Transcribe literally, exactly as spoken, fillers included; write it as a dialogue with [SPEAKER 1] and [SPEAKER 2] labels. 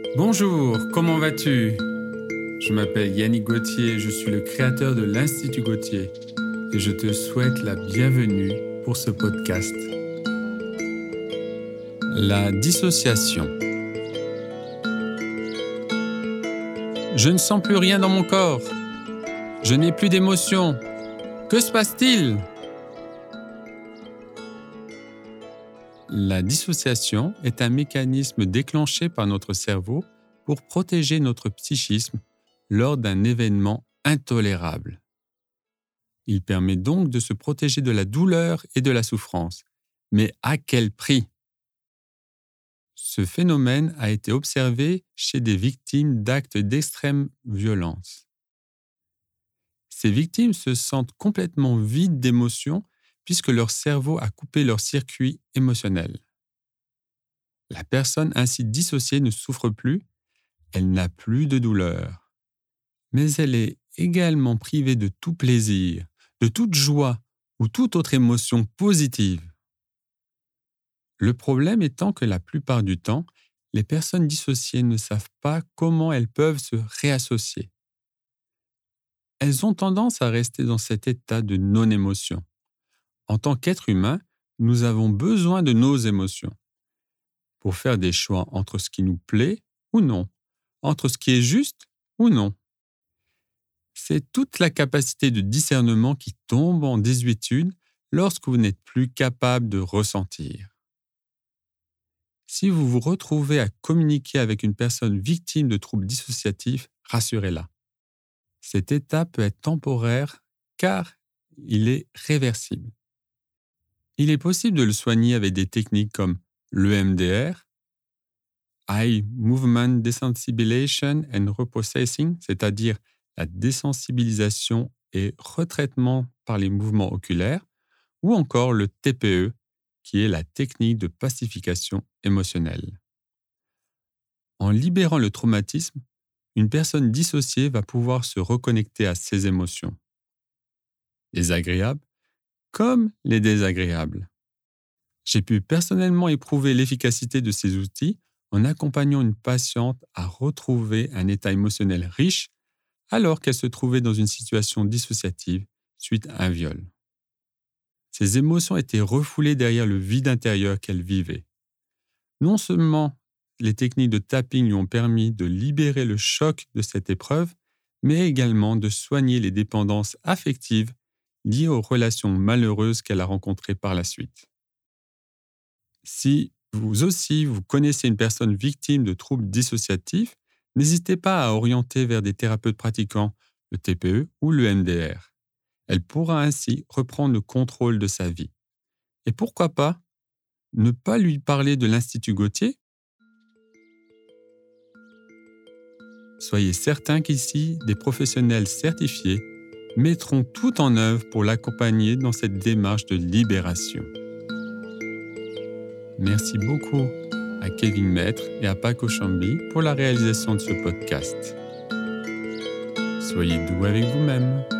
[SPEAKER 1] Bonjour, comment vas-tu? Je m'appelle Yannick Gauthier, je suis le créateur de l'Institut Gauthier et je te souhaite la bienvenue pour ce podcast. La dissociation. Je ne sens plus rien dans mon corps. Je n'ai plus d'émotions. Que se passe-t-il? La dissociation est un mécanisme déclenché par notre cerveau pour protéger notre psychisme lors d'un événement intolérable. Il permet donc de se protéger de la douleur et de la souffrance. Mais à quel prix? Ce phénomène a été observé chez des victimes d'actes d'extrême violence. Ces victimes se sentent complètement vides d'émotions puisque leur cerveau a coupé leur circuit émotionnel. La personne ainsi dissociée ne souffre plus, elle n'a plus de douleur. Mais elle est également privée de tout plaisir, de toute joie ou toute autre émotion positive. Le problème étant que la plupart du temps, les personnes dissociées ne savent pas comment elles peuvent se réassocier. Elles ont tendance à rester dans cet état de non-émotion. En tant qu'être humain, nous avons besoin de nos émotions pour faire des choix entre ce qui nous plaît ou non, entre ce qui est juste ou non. C'est toute la capacité de discernement qui tombe en désuétude lorsque vous n'êtes plus capable de ressentir. Si vous vous retrouvez à communiquer avec une personne victime de troubles dissociatifs, rassurez-la. Cet état peut être temporaire car il est réversible. Il est possible de le soigner avec des techniques comme l'E M D R, Eye Movement Desensibilization and Reprocessing, c'est-à-dire la désensibilisation et retraitement par les mouvements oculaires, ou encore le T P E, qui est la technique de pacification émotionnelle. En libérant le traumatisme, une personne dissociée va pouvoir se reconnecter à ses émotions, les agréables comme les désagréables. J'ai pu personnellement éprouver l'efficacité de ces outils en accompagnant une patiente à retrouver un état émotionnel riche alors qu'elle se trouvait dans une situation dissociative suite à un viol. Ses émotions étaient refoulées derrière le vide intérieur qu'elle vivait. Non seulement les techniques de tapping lui ont permis de libérer le choc de cette épreuve, mais également de soigner les dépendances affectives liées aux relations malheureuses qu'elle a rencontrées par la suite. Si vous aussi vous connaissez une personne victime de troubles dissociatifs, n'hésitez pas à orienter vers des thérapeutes pratiquant le T P E ou le M D R. Elle pourra ainsi reprendre le contrôle de sa vie. Et pourquoi pas ne pas lui parler de l'Institut Gauthier? Soyez certains qu'ici, des professionnels certifiés mettront tout en œuvre pour l'accompagner dans cette démarche de libération. Merci beaucoup à Kevin Maître et à Paco Chambi pour la réalisation de ce podcast. Soyez doux avec vous-même.